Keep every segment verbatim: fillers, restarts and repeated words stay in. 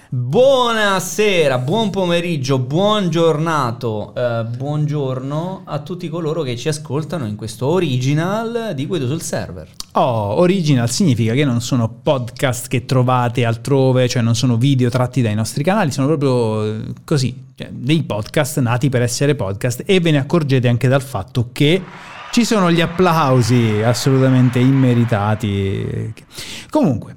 Buonasera, buon pomeriggio, buon giornato, eh, buongiorno a tutti coloro che ci ascoltano in questo original di Guido sul server. Oh, original significa che non sono podcast che trovate altrove, cioè non sono video tratti dai nostri canali, sono proprio così, cioè dei podcast nati per essere podcast, e ve ne accorgete anche dal fatto che ci sono gli applausi assolutamente immeritati. Comunque,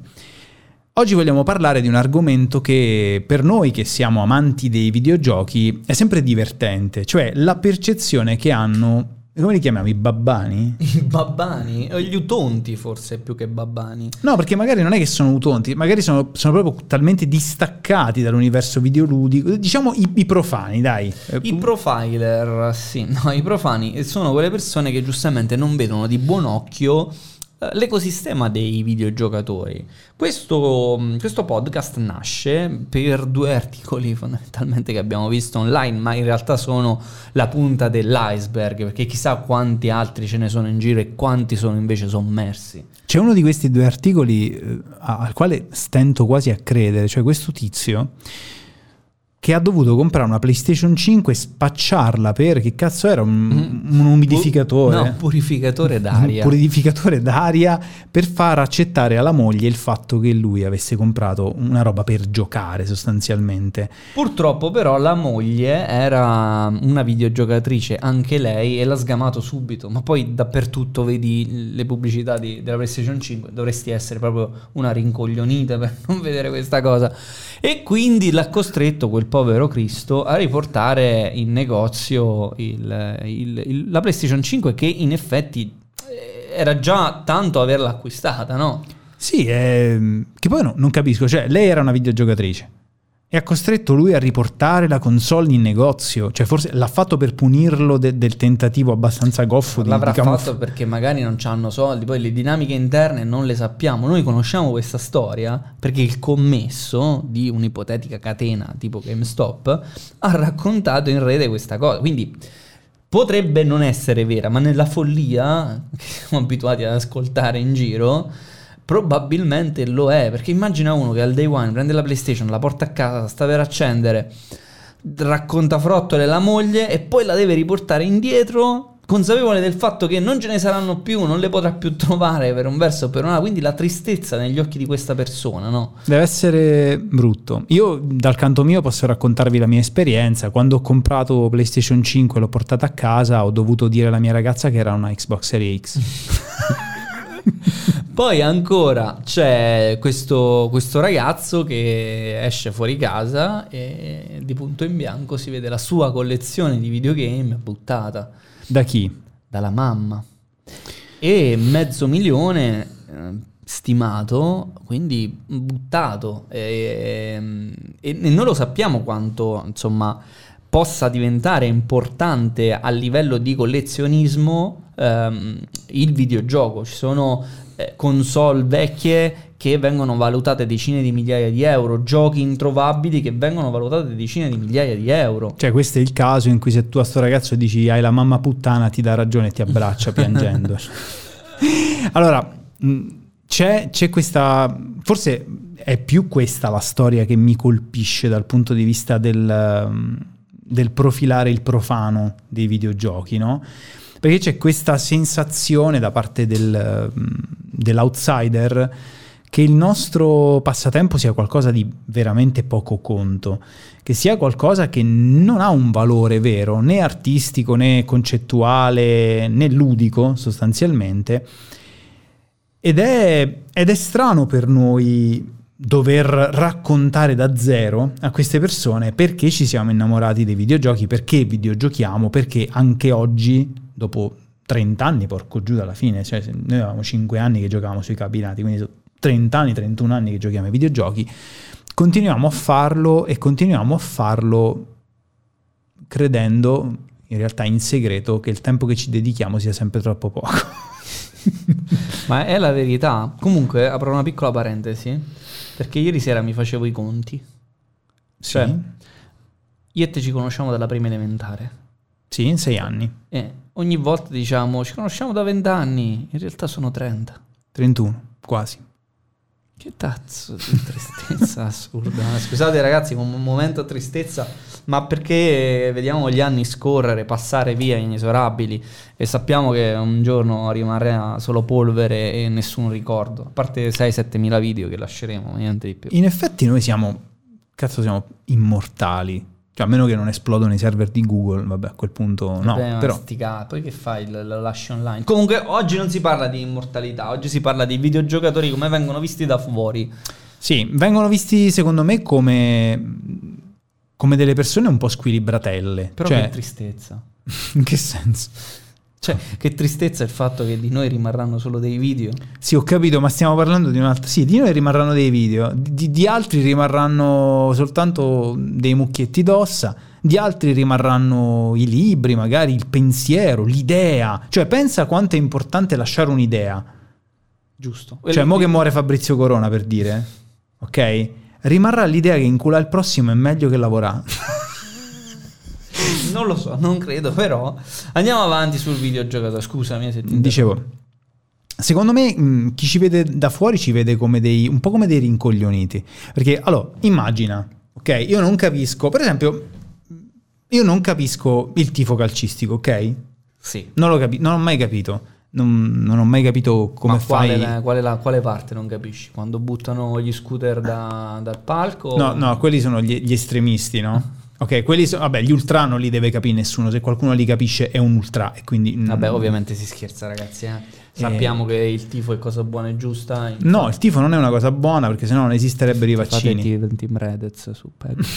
oggi vogliamo parlare di un argomento che per noi che siamo amanti dei videogiochi è sempre divertente, cioè la percezione che hanno, come li chiamiamo, i babbani? I babbani? O gli utonti forse più che babbani. No, perché magari non è che sono utonti, magari sono, sono proprio talmente distaccati dall'universo videoludico, diciamo i, i profani, dai. I profiler, sì, no, i profani sono quelle persone che giustamente non vedono di buon occhio l'ecosistema dei videogiocatori. Questo, questo podcast nasce per due articoli fondamentalmente che abbiamo visto online, ma in realtà sono la punta dell'iceberg, perché chissà quanti altri ce ne sono in giro e quanti sono invece sommersi. C'è uno di questi due articoli eh, al quale stento quasi a credere, cioè questo tizio che ha dovuto comprare una PlayStation cinque e spacciarla per, che cazzo era, un, mm. un umidificatore? No, purificatore d'aria. Un purificatore d'aria per far accettare alla moglie il fatto che lui avesse comprato una roba per giocare sostanzialmente. Purtroppo però la moglie era una videogiocatrice anche lei e l'ha sgamato subito, ma poi dappertutto vedi le pubblicità di, della PlayStation cinque, dovresti essere proprio una rincoglionita per non vedere questa cosa, e quindi l'ha costretto quel povero Cristo a riportare in negozio il, il, il, la PlayStation cinque, che in effetti era già tanto averla acquistata, no? Sì, eh, che poi no, non capisco, cioè lei era una videogiocatrice e ha costretto lui a riportare la console in negozio, cioè forse l'ha fatto per punirlo de- del tentativo abbastanza goffo di, l'avrà di camuf- fatto perché magari non c'hanno soldi, poi le dinamiche interne non le sappiamo. Noi conosciamo questa storia perché il commesso di un'ipotetica catena tipo GameStop ha raccontato in rete questa cosa, quindi potrebbe non essere vera, ma nella follia che siamo abituati ad ascoltare in giro probabilmente lo è, perché immagina uno che al day one prende la PlayStation, la porta a casa, sta per accendere, racconta frottole alla moglie e poi la deve riportare indietro, consapevole del fatto che non ce ne saranno più, non le potrà più trovare per un verso o per un altro, quindi la tristezza negli occhi di questa persona, no? Deve essere brutto. Io dal canto mio posso raccontarvi la mia esperienza. Quando ho comprato PlayStation cinque e l'ho portata a casa, ho dovuto dire alla mia ragazza che era una Xbox Series X. Poi ancora c'è questo, questo ragazzo che esce fuori casa e di punto in bianco si vede la sua collezione di videogame buttata. Da chi? Dalla mamma. E mezzo milione eh, stimato, quindi buttato. E, e, e noi lo sappiamo quanto, insomma, possa diventare importante a livello di collezionismo ehm, il videogioco. Ci sono eh, console vecchie che vengono valutate decine di migliaia di euro, giochi introvabili che vengono valutati decine di migliaia di euro. Cioè questo è il caso in cui se tu a sto ragazzo dici hai la mamma puttana, ti dà ragione e ti abbraccia piangendo. Allora, c'è, c'è questa, forse è più questa la storia che mi colpisce dal punto di vista del... del profilare il profano dei videogiochi, no? Perché c'è questa sensazione da parte del, dell'outsider che il nostro passatempo sia qualcosa di veramente poco conto, che sia qualcosa che non ha un valore vero, né artistico, né concettuale, né ludico sostanzialmente, ed è, ed è strano per noi dover raccontare da zero a queste persone perché ci siamo innamorati dei videogiochi, perché videogiochiamo, perché anche oggi, dopo trenta anni, porco giù alla fine, cioè noi avevamo cinque anni che giocavamo sui cabinati, quindi sono trenta anni, trentuno anni che giochiamo ai videogiochi, continuiamo a farlo e continuiamo a farlo credendo, in realtà in segreto, che il tempo che ci dedichiamo sia sempre troppo poco. Ma è la verità. Comunque apro una piccola parentesi, perché ieri sera mi facevo i conti. Sì. Cioè, io e te ci conosciamo dalla prima elementare. Sì, in sei anni. E ogni volta diciamo ci conosciamo da venti anni, in realtà sono trenta. trentuno, quasi. Che cazzo di tristezza assurda. Scusate ragazzi, con un momento tristezza, ma perché vediamo gli anni scorrere, passare via inesorabili e sappiamo che un giorno rimarrà solo polvere e nessun ricordo, a parte sei sette mila video che lasceremo, niente di più. In effetti noi siamo, cazzo siamo immortali. Cioè, a meno che non esplodono i server di Google, vabbè, a quel punto no. Vabbè, però stica, poi che fai? Lo, lo lasci online. Comunque, oggi non si parla di immortalità, oggi si parla di videogiocatori come vengono visti da fuori. Sì, vengono visti secondo me come, come delle persone un po' squilibratelle. Però cioè, che tristezza. In che senso? Cioè, che tristezza il fatto che di noi rimarranno solo dei video. Sì, ho capito, ma stiamo parlando di un'altra... Sì, di noi rimarranno dei video, di, di altri rimarranno soltanto dei mucchietti d'ossa, di altri rimarranno i libri, magari il pensiero, l'idea. Cioè, pensa quanto è importante lasciare un'idea. Giusto. Cioè, mo che muore Fabrizio Corona, per dire, ok? Rimarrà l'idea che inculare il prossimo è meglio che lavorare. Non lo so, non credo, però andiamo avanti sul videogiocatore. Scusami se ti dicevo, secondo me mh, chi ci vede da fuori ci vede come dei un po' come dei rincoglioniti, perché allora immagina, ok, io non capisco, per esempio io non capisco il tifo calcistico, ok? Sì. Non lo capi- non ho mai capito. Non, non ho mai capito come Ma quale, fai. la, quale, la, quale parte non capisci? Quando buttano gli scooter da, dal palco? No, no, quelli sono gli, gli estremisti, no? Ok, quelli sono, vabbè, gli ultra non li deve capire nessuno, se qualcuno li capisce è un ultra e quindi... Vabbè, mm, ovviamente si scherza ragazzi, eh. Sappiamo eh, che il tifo è cosa buona e giusta. Infatti. No, il tifo non è una cosa buona perché sennò non esisterebbero i vaccini. Fate team Reddit su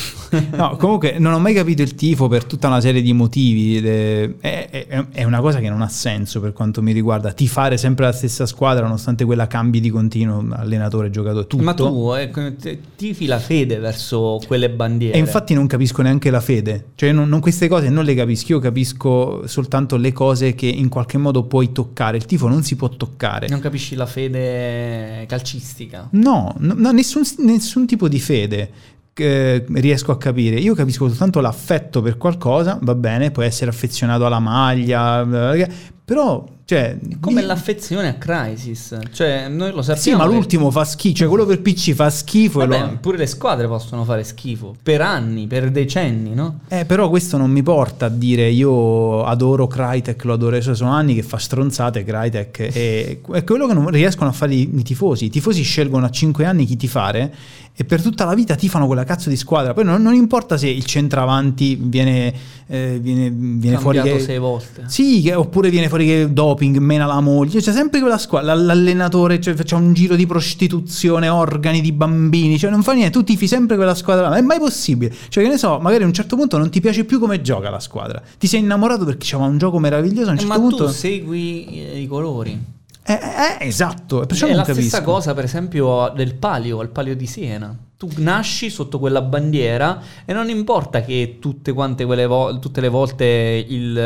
No, comunque non ho mai capito il tifo per tutta una serie di motivi. È, è, è una cosa che non ha senso per quanto mi riguarda. Tifare sempre la stessa squadra nonostante quella cambi di continuo, allenatore, giocatore, tutto. Ma tu eh, tifi la fede verso quelle bandiere. E infatti non capisco neanche la fede. Cioè non, non queste cose non le capisco. Io capisco soltanto le cose che in qualche modo puoi toccare. Il tifo non si può toccare. Non capisci la fede calcistica? No, no nessun, nessun tipo di fede che riesco a capire. Io capisco soltanto l'affetto per qualcosa, va bene, puoi essere affezionato alla maglia, però... Cioè, come mi... l'affezione a Crysis, cioè noi lo sappiamo. Sì, ma che... l'ultimo fa schifo, cioè quello per P C fa schifo. Vabbè, e lo... pure le squadre possono fare schifo per anni, per decenni, no? Eh, però questo non mi porta a dire io adoro Crytek, lo adoro, cioè sono anni che fa stronzate Crytek e è quello che non riescono a fare i, i tifosi. I tifosi scelgono a cinque anni chi tifare e per tutta la vita tifano quella cazzo di squadra. Poi non, non importa se il centravanti viene, eh, viene, viene fuori che... sei volte. Sì, che, oppure viene fuori che doping, mena la moglie, c'è sempre quella squadra, l'allenatore, cioè, faccia un giro di prostituzione, organi di bambini, cioè non fa niente, tu tifi sempre quella squadra, ma è mai possibile? Cioè che ne so, magari a un certo punto non ti piace più come gioca la squadra, ti sei innamorato perché c'era un gioco meraviglioso, a un eh, certo ma punto... tu segui i colori. Eh, eh, esatto, perciò è non la capisco. Stessa cosa per esempio del palio, al palio di Siena. Tu nasci sotto quella bandiera e non importa che tutte quante quelle vo- tutte le volte il,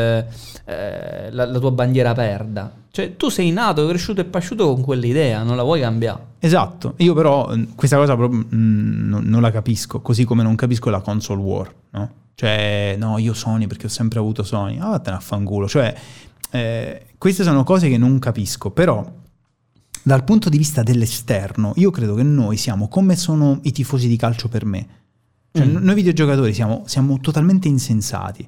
eh, la, la tua bandiera perda. Cioè tu sei nato, cresciuto e pasciuto con quell'idea, non la vuoi cambiare. Esatto, io però questa cosa proprio mh, non, non la capisco, così come non capisco la console war, no? Cioè, no, io Sony perché ho sempre avuto Sony, ah, vattene a fanculo, cioè... Eh, queste sono cose che non capisco, però dal punto di vista dell'esterno io credo che noi siamo come sono i tifosi di calcio per me, cioè, mm. noi videogiocatori siamo, siamo totalmente insensati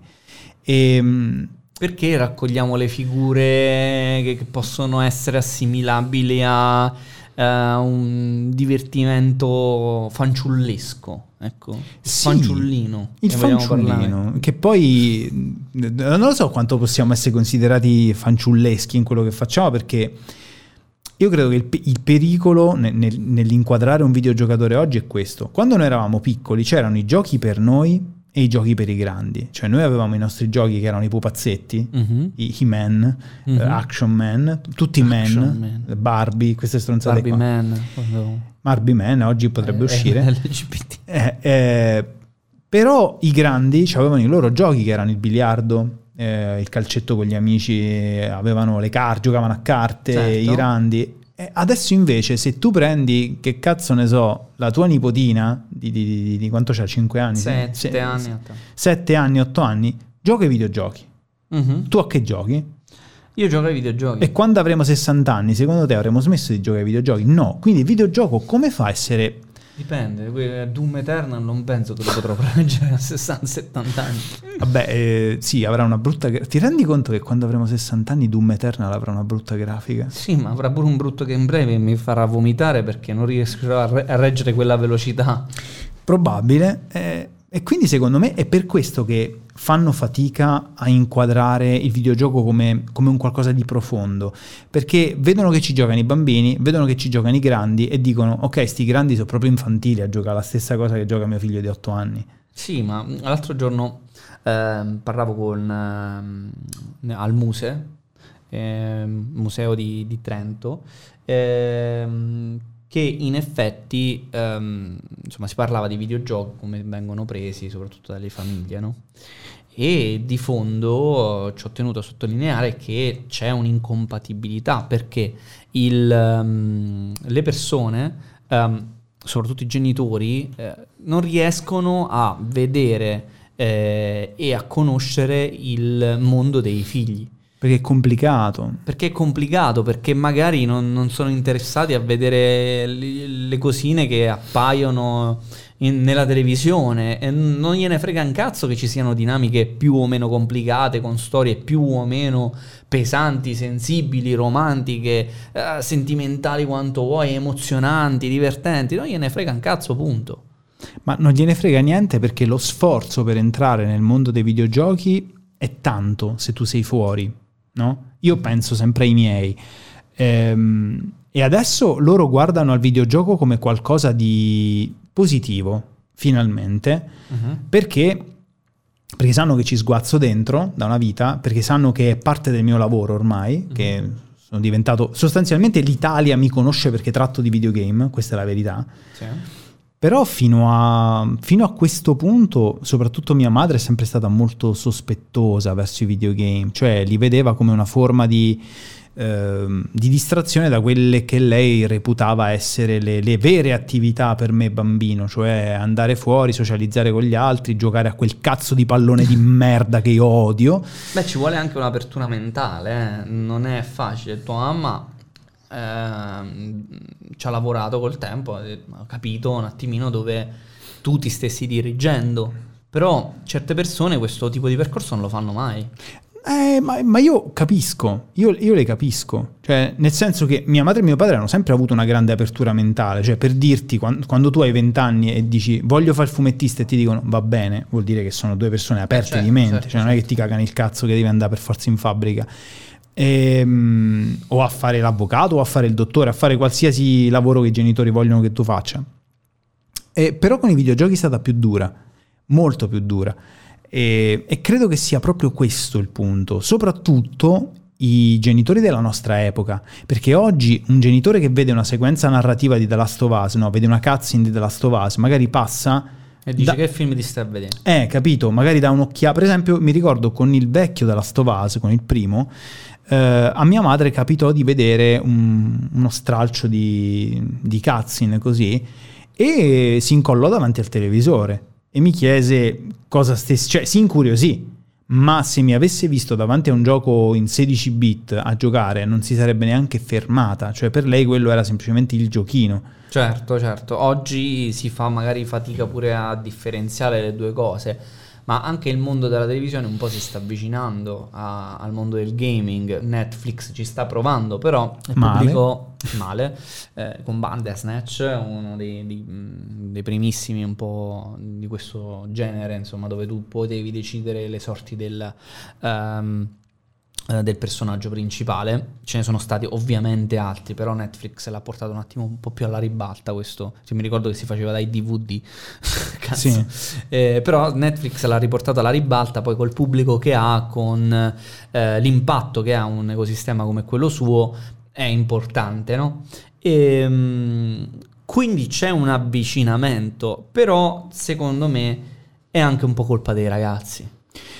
e, perché raccogliamo le figure che, che possono essere assimilabili a uh, un divertimento fanciullesco. Ecco, il sì, fanciullino. Il fanciullino, che poi non lo so quanto possiamo essere considerati fanciulleschi in quello che facciamo, perché io credo che il, il pericolo nel, nel, nell'inquadrare un videogiocatore oggi è questo. Quando noi eravamo piccoli c'erano i giochi per noi e i giochi per i grandi, cioè noi avevamo i nostri giochi che erano i pupazzetti, uh-huh. i He-Man, uh-huh. uh, Action Man, tutti Action Man, Man, Barbie, queste stronzate Barbie qua. Man, quando... Barbie Man oggi potrebbe eh, uscire L G B T. Eh, eh, però i grandi avevano i loro giochi che erano il biliardo, eh, il calcetto con gli amici, avevano le carte, giocavano a carte, certo. I grandi. E adesso invece se tu prendi, che cazzo ne so, la tua nipotina di, di, di, di quanto c'ha? cinque anni? sette Se, anni. sette anni, otto anni, gioca ai videogiochi. Uh-huh. Tu a che giochi? Io gioco ai videogiochi. E quando avremo sessanta anni, secondo te avremo smesso di giocare ai videogiochi? No. Quindi il videogioco come fa a essere... Dipende, Doom Eternal non penso che lo potrò leggere a sessanta settanta anni. Vabbè, eh, sì, avrà una brutta... gra- Ti rendi conto che quando avremo sessanta anni Doom Eternal avrà una brutta grafica? Sì, ma avrà pure un brutto gameplay che mi farà vomitare perché non riesco a, re- a reggere quella velocità. Probabile. eh, E quindi secondo me è per questo che fanno fatica a inquadrare il videogioco come, come un qualcosa di profondo, perché vedono che ci giocano i bambini, vedono che ci giocano i grandi e dicono ok, sti grandi sono proprio infantili a giocare la stessa cosa che gioca mio figlio di otto anni. Sì, ma l'altro giorno ehm, parlavo con ehm, al Muse, ehm, museo di, di Trento, ehm, che in effetti ehm, insomma si parlava di videogiochi, come vengono presi soprattutto dalle famiglie, no? E di fondo eh, ci ho tenuto a sottolineare che c'è un'incompatibilità perché il, ehm, le persone, ehm, soprattutto i genitori, eh, non riescono a vedere eh, e a conoscere il mondo dei figli. Perché è complicato. Perché è complicato, perché magari non, non sono interessati a vedere le, le cosine che appaiono in- nella televisione e non gliene frega un cazzo che ci siano dinamiche più o meno complicate, con storie più o meno pesanti, sensibili, romantiche, eh, sentimentali quanto vuoi, emozionanti, divertenti, non gliene frega un cazzo, punto. Ma non gliene frega niente perché lo sforzo per entrare nel mondo dei videogiochi è tanto se tu sei fuori, no? Io penso sempre ai miei. Ehm, e adesso loro guardano al videogioco come qualcosa di positivo, finalmente, Uh-huh. perché, perché sanno che ci sguazzo dentro da una vita, perché sanno che è parte del mio lavoro ormai, Uh-huh. che sono diventato... Sostanzialmente l'Italia mi conosce perché tratto di videogame, questa è la verità. Sì. Però fino a, fino a questo punto, soprattutto mia madre è sempre stata molto sospettosa verso i videogame, cioè li vedeva come una forma di, ehm, di distrazione da quelle che lei reputava essere le, le vere attività per me bambino, cioè andare fuori, socializzare con gli altri, giocare a quel cazzo di pallone di merda che io odio. Beh, ci vuole anche un'apertura mentale, eh. Non è facile. Tua mamma ehm, ci ha lavorato col tempo, ha capito un attimino dove tu ti stessi dirigendo, però certe persone questo tipo di percorso non lo fanno mai. Eh, ma, ma io capisco, io, io le capisco, cioè nel senso che mia madre e mio padre hanno sempre avuto una grande apertura mentale, cioè per dirti quando, quando tu hai vent'anni e dici voglio fare il fumettista e ti dicono va bene, vuol dire che sono due persone aperte certo, di mente, certo, cioè non è che ti cagano il cazzo che devi andare per forza in fabbrica. Ehm, o a fare l'avvocato o a fare il dottore, a fare qualsiasi lavoro che i genitori vogliono che tu faccia. Eh, però con i videogiochi è stata più dura, molto più dura. E, e credo che sia proprio questo il punto, soprattutto i genitori della nostra epoca, perché oggi un genitore che vede una sequenza narrativa di The Last of Us, no, vede una cutscene di The Last of Us, magari passa e dice da, che film ti stai a vedere, eh, capito, magari da un'occhiata. Per esempio mi ricordo con il vecchio The Last of Us, con il primo, eh, a mia madre capitò di vedere un, uno stralcio di, di cutscene così e si incollò davanti al televisore e mi chiese cosa stessi, cioè si incuriosì, ma se mi avesse visto davanti a un gioco in sedici bit a giocare non si sarebbe neanche fermata, cioè per lei quello era semplicemente il giochino. certo, certo. Oggi si fa magari fatica pure a differenziare le due cose, ma anche il mondo della televisione un po' si sta avvicinando a- al mondo del gaming. Netflix ci sta provando, però il Male. pubblico male, eh, con Bandersnatch, uno dei, dei- dei primissimi un po' di questo genere, insomma, dove tu potevi decidere le sorti del, ehm, eh, del personaggio principale. Ce ne sono stati ovviamente altri, però Netflix l'ha portato un attimo un po' più alla ribalta questo. Cioè, mi ricordo che si faceva dai D V D. Cazzo. Sì. Eh, però Netflix l'ha riportato alla ribalta poi col pubblico che ha, con eh, l'impatto che ha un ecosistema come quello suo, è importante, no? E, mh, quindi c'è un avvicinamento, però secondo me è anche un po' colpa dei ragazzi.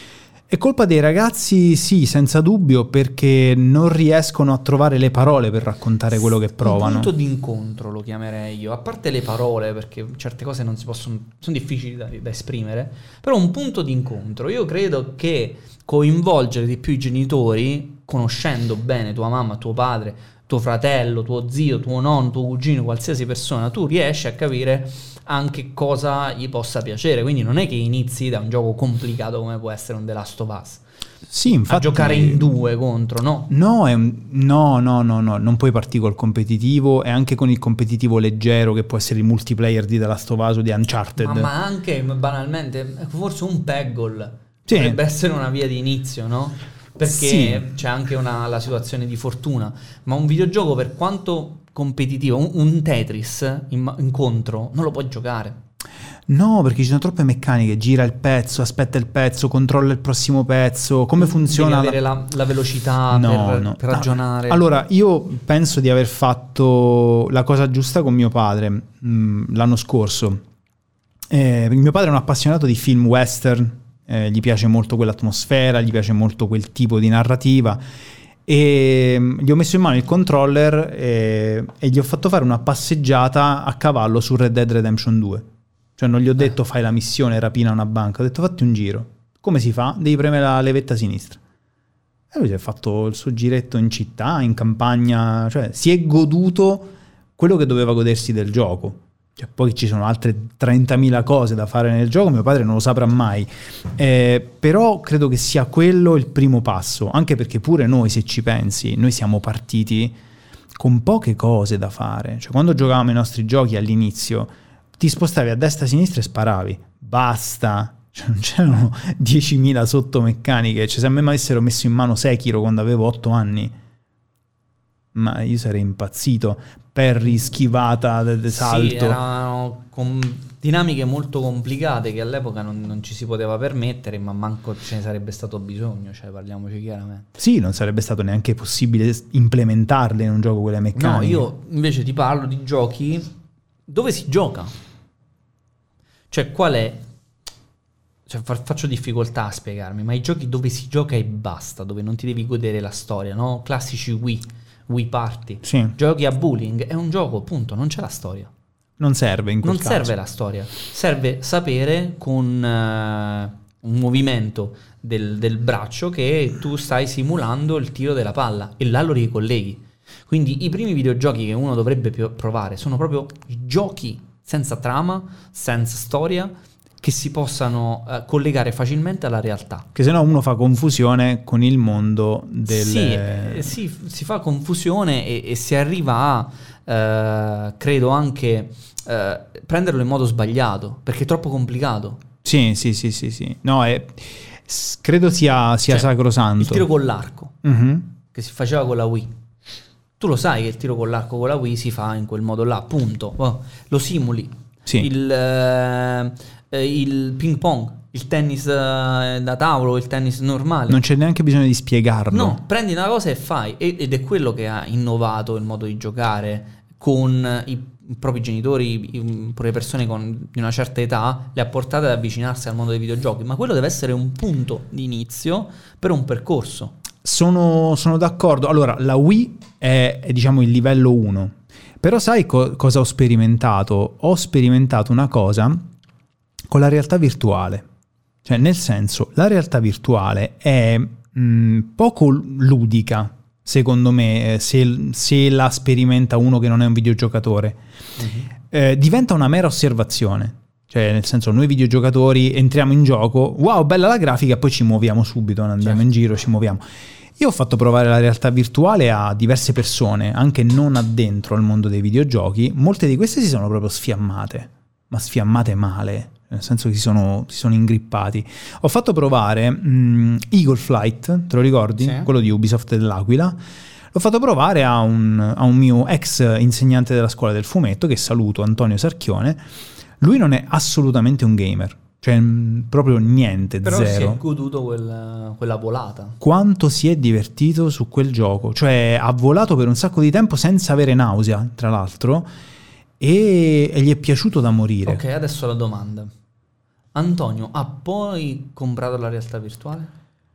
È colpa dei ragazzi, sì, senza dubbio, perché non riescono a trovare le parole per raccontare quello che provano. Un punto d'incontro lo chiamerei io, a parte le parole, perché certe cose non si possono, sono difficili da, da esprimere, però un punto d'incontro. Io credo che coinvolgere di più i genitori, conoscendo bene tua mamma, tuo padre, tuo fratello, tuo zio, tuo nonno, tuo cugino, qualsiasi persona, tu riesci a capire anche cosa gli possa piacere, quindi non è che inizi da un gioco complicato come può essere un The Last of Us. Sì, infatti, a giocare in due contro, no? No, è un, no, no, no, no, non puoi partire col competitivo, e anche con il competitivo leggero che può essere il multiplayer di The Last of Us o di Uncharted. Ma, ma anche banalmente, forse un Peggle sì. potrebbe essere una via di inizio, no? Perché sì. c'è anche una, la situazione di fortuna, ma un videogioco, per quanto competitivo, un, un Tetris in, incontro non lo puoi giocare. No, perché ci sono troppe meccaniche, gira il pezzo, aspetta il pezzo, controlla il prossimo pezzo, come funziona? Devi avere la, la velocità no, per, no. per ragionare. Allora, io penso di aver fatto la cosa giusta con mio padre mh, l'anno scorso. Eh, mio padre è un appassionato di film western, eh, gli piace molto quell'atmosfera, gli piace molto quel tipo di narrativa, e gli ho messo in mano il controller e, e gli ho fatto fare una passeggiata a cavallo su Red Dead Redemption due. Cioè non gli ho detto fai la missione, rapina una banca, ho detto fatti un giro. Come si fa? Devi premere la levetta sinistra. E lui si è fatto il suo giretto in città, in campagna, cioè si è goduto quello che doveva godersi del gioco. Cioè, poi ci sono altre trentamila cose da fare nel gioco, mio padre non lo saprà mai, eh, però credo che sia quello il primo passo, anche perché pure noi, se ci pensi, noi siamo partiti con poche cose da fare. Cioè quando giocavamo i nostri giochi all'inizio ti spostavi a destra e a sinistra e sparavi, basta, cioè non c'erano diecimila sottomeccaniche. Cioè se a me mi avessero messo in mano Sekiro quando avevo otto anni, ma io sarei impazzito. Perry, schivata, de, de salto. Sì, erano com- dinamiche molto complicate che all'epoca non, non ci si poteva permettere, ma manco ce ne sarebbe stato bisogno, cioè parliamoci chiaramente. Sì, non sarebbe stato neanche possibile implementarle in un gioco quelle meccaniche. No, io invece ti parlo di giochi dove si gioca. Cioè qual è... Cioè, fa- faccio difficoltà a spiegarmi, ma i giochi dove si gioca e basta, dove non ti devi godere la storia, no? Classici Wii, Wii Party. Sì. Giochi a bowling, è un gioco, appunto, non c'è la storia. Non serve in quel Non caso. serve la storia, serve sapere con uh, un movimento del, del braccio che tu stai simulando il tiro della palla e là lo ricolleghi. Quindi i primi videogiochi che uno dovrebbe pi- provare sono proprio giochi senza trama, senza storia, che si possano uh, collegare facilmente alla realtà. Che se no uno fa confusione con il mondo del... Sì, eh, sì, si fa confusione e, e si arriva a, uh, credo anche, uh, prenderlo in modo sbagliato, perché è troppo complicato. Sì, sì, sì, sì, sì. No, è, credo sia, sia Cioè, sacrosanto. Il tiro con l'arco, Mm-hmm. che si faceva con la Wii. Tu lo sai che il tiro con l'arco con la Wii si fa in quel modo là, punto. Oh, lo simuli. Sì. Il... Uh, il ping pong, il tennis da tavolo, il tennis normale. Non c'è neanche bisogno di spiegarlo. No, prendi una cosa e fai. Ed è quello che ha innovato il modo di giocare con i propri genitori, pure persone con, di una certa età, le ha portate ad avvicinarsi al mondo dei videogiochi. Ma quello deve essere un punto di inizio per un percorso. Sono, sono d'accordo. Allora, la Wii è, è diciamo il livello uno. Però sai co- cosa ho sperimentato? Ho sperimentato una cosa con la realtà virtuale. Cioè, nel senso, la realtà virtuale è mh, poco ludica, secondo me, se, se la sperimenta uno che non è un videogiocatore. Mm-hmm. Eh, diventa una mera osservazione. Cioè, nel senso, noi videogiocatori entriamo in gioco, wow, bella la grafica, poi ci muoviamo subito, andiamo certo. in giro, ci muoviamo. Io ho fatto provare la realtà virtuale a diverse persone, anche non addentro al mondo dei videogiochi. Molte di queste si sono proprio sfiammate, ma sfiammate male. Nel senso che si sono, si sono ingrippati. Ho fatto provare mh, Eagle Flight, te lo ricordi? Sì. Quello di Ubisoft dell'Aquila. L'ho fatto provare a un, a un mio ex insegnante della scuola del fumetto, che saluto, Antonio Sarchione. Lui non è assolutamente un gamer, cioè mh, proprio niente, però zero. Però si è goduto quel, quella volata. Quanto si è divertito su quel gioco. Cioè ha volato per un sacco di tempo senza avere nausea, tra l'altro, e, e gli è piaciuto da morire. Ok, adesso la domanda. Antonio ha poi comprato la realtà virtuale?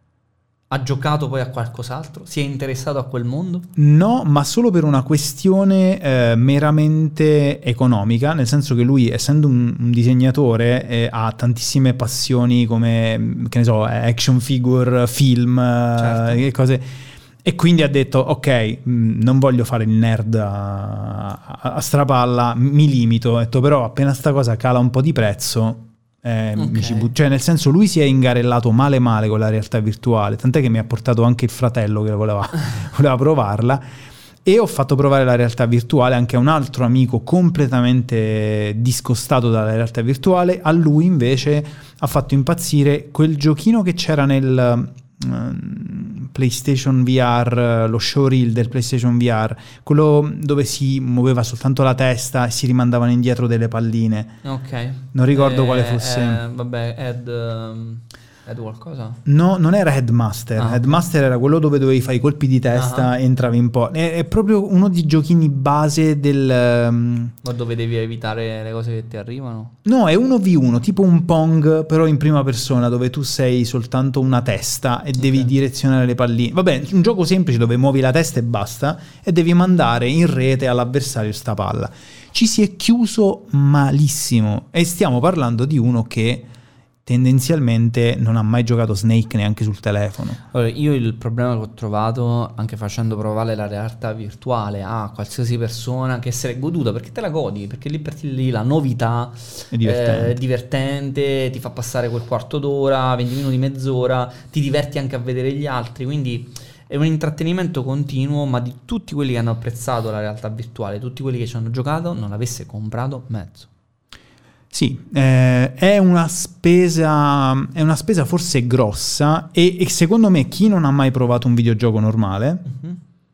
Ha giocato poi a qualcos'altro? Si è interessato a quel mondo? No, ma solo per una questione eh, meramente economica, nel senso che lui, essendo un, un disegnatore, eh, ha tantissime passioni come, che ne so, action figure, film, certo. eh, cose, e quindi ha detto, ok, mh, non voglio fare il nerd a, a, a strapalla, mi limito, ha detto, però appena sta cosa cala un po' di prezzo... Eh, okay. mi ci but- cioè nel senso lui si è ingarellato male male con la realtà virtuale, tant'è che mi ha portato anche il fratello che voleva, voleva provarla, e ho fatto provare la realtà virtuale anche a un altro amico completamente discostato dalla realtà virtuale. A lui invece ha fatto impazzire quel giochino che c'era nel uh, PlayStation V R, lo showreel del PlayStation V R, quello dove si muoveva soltanto la testa e si rimandavano indietro delle palline. Ok. Non ricordo eh, quale fosse. Eh, vabbè, Ed, um, Ed qualcosa? No, non era Headmaster. Ah, Headmaster okay. Era quello dove dovevi fare i colpi di testa uh-huh. e entravi un po'. È, è proprio uno dei giochini base del... Um... Ma dove devi evitare le cose che ti arrivano? No, è uno vu uno, tipo un Pong, però in prima persona, dove tu sei soltanto una testa e devi okay. direzionare le palline. Vabbè, un gioco semplice dove muovi la testa e basta, e devi mandare in rete all'avversario sta palla. Ci si è chiuso malissimo, e stiamo parlando di uno che tendenzialmente non ha mai giocato Snake neanche sul telefono. Allora, io il problema che ho trovato anche facendo provare la realtà virtuale a qualsiasi persona che se l'è goduta, perché te la godi, perché lì per lì la novità è divertente. Eh, divertente, ti fa passare quel quarto d'ora, venti minuti, mezz'ora, ti diverti anche a vedere gli altri, quindi è un intrattenimento continuo. Ma di tutti quelli che hanno apprezzato la realtà virtuale, tutti quelli che ci hanno giocato, non avesse comprato mezzo. Sì, eh, è una spesa è una spesa forse grossa, e, e secondo me chi non ha mai provato un videogioco normale uh-huh.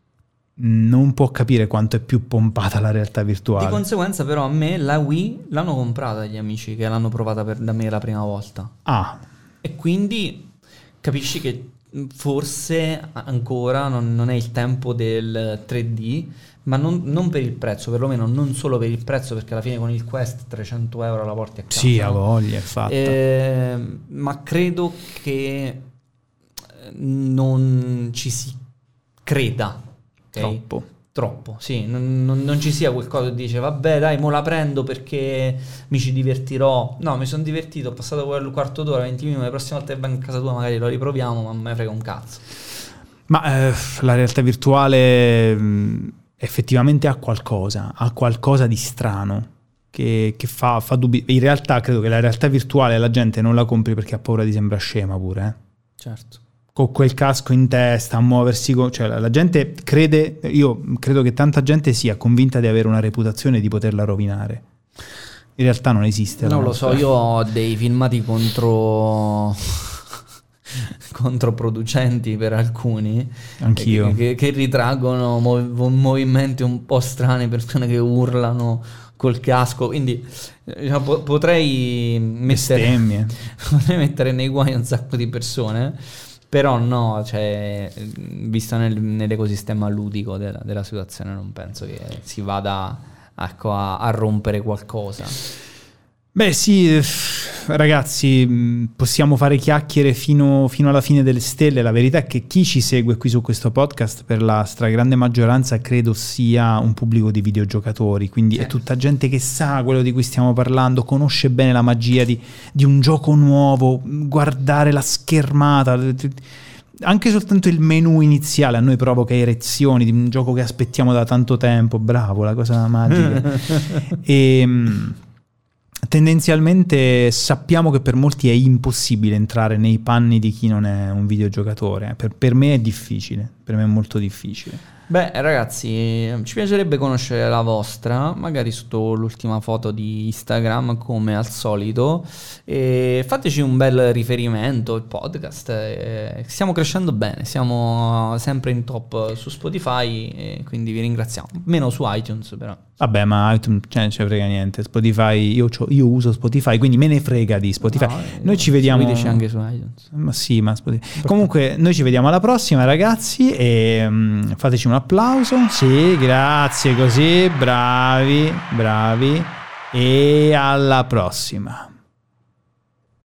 non può capire quanto è più pompata la realtà virtuale. Di conseguenza però a me la Wii l'hanno comprata gli amici che l'hanno provata per, da me la prima volta. Ah. E quindi capisci che forse ancora non, non è il tempo del tre D, ma non, non per il prezzo, perlomeno non solo per il prezzo, perché alla fine con il Quest trecento euro la porti a casa. Sì, a voglia, è fatta. Eh, ma credo che non ci si creda. Okay? Troppo. Troppo, sì, non, non, non ci sia qualcosa che dice vabbè dai, mo la prendo perché mi ci divertirò. No, mi sono divertito, ho passato quel quarto d'ora, venti minuti, la prossima volta che vengo a casa tua magari lo riproviamo, ma me ne frega un cazzo. Ma eh, la realtà virtuale mh, effettivamente ha qualcosa, ha qualcosa di strano che, che fa, fa dubbi. In realtà credo che la realtà virtuale la gente non la compri perché ha paura di sembrare scema pure, eh? Certo. Con quel casco in testa, a muoversi, con, cioè la, la gente crede, io credo che tanta gente sia convinta di avere una reputazione e di poterla rovinare. In realtà non esiste. Non lo so, io ho dei filmati contro controproducenti per alcuni. Anch'io. Che, che ritraggono mov- movimenti un po' strani, persone che urlano col casco, quindi diciamo, po- potrei mettere, potrei mettere nei guai un sacco di persone. Però no, cioè, visto nel, nell'ecosistema ludico della, della situazione, non penso che si vada ecco, a, a rompere qualcosa. Beh sì, ragazzi, possiamo fare chiacchiere fino, fino alla fine delle stelle. La verità è che chi ci segue qui su questo podcast, per la stragrande maggioranza, credo sia un pubblico di videogiocatori, quindi sì. È tutta gente che sa quello di cui stiamo parlando, conosce bene la magia di, di un gioco nuovo, guardare la schermata, anche soltanto il menu iniziale a noi provoca erezioni, di un gioco che aspettiamo da tanto tempo. Bravo, la cosa magica. e tendenzialmente sappiamo che per molti è impossibile entrare nei panni di chi non è un videogiocatore. Per, per me è difficile, per me è molto difficile. Beh ragazzi, ci piacerebbe conoscere la vostra, magari sotto l'ultima foto di Instagram come al solito, e fateci un bel riferimento, il podcast, eh, stiamo crescendo bene, siamo sempre in top su Spotify e quindi vi ringraziamo, meno su iTunes però. Vabbè, ma iTunes cioè, non ci frega niente, Spotify, io, io uso Spotify, quindi me ne frega di Spotify. No, noi ci vediamo anche su iTunes. Ma sì, ma Spotify. Comunque noi ci vediamo alla prossima ragazzi, e um, fateci un applauso. Sì, grazie, così, bravi, bravi, e alla prossima.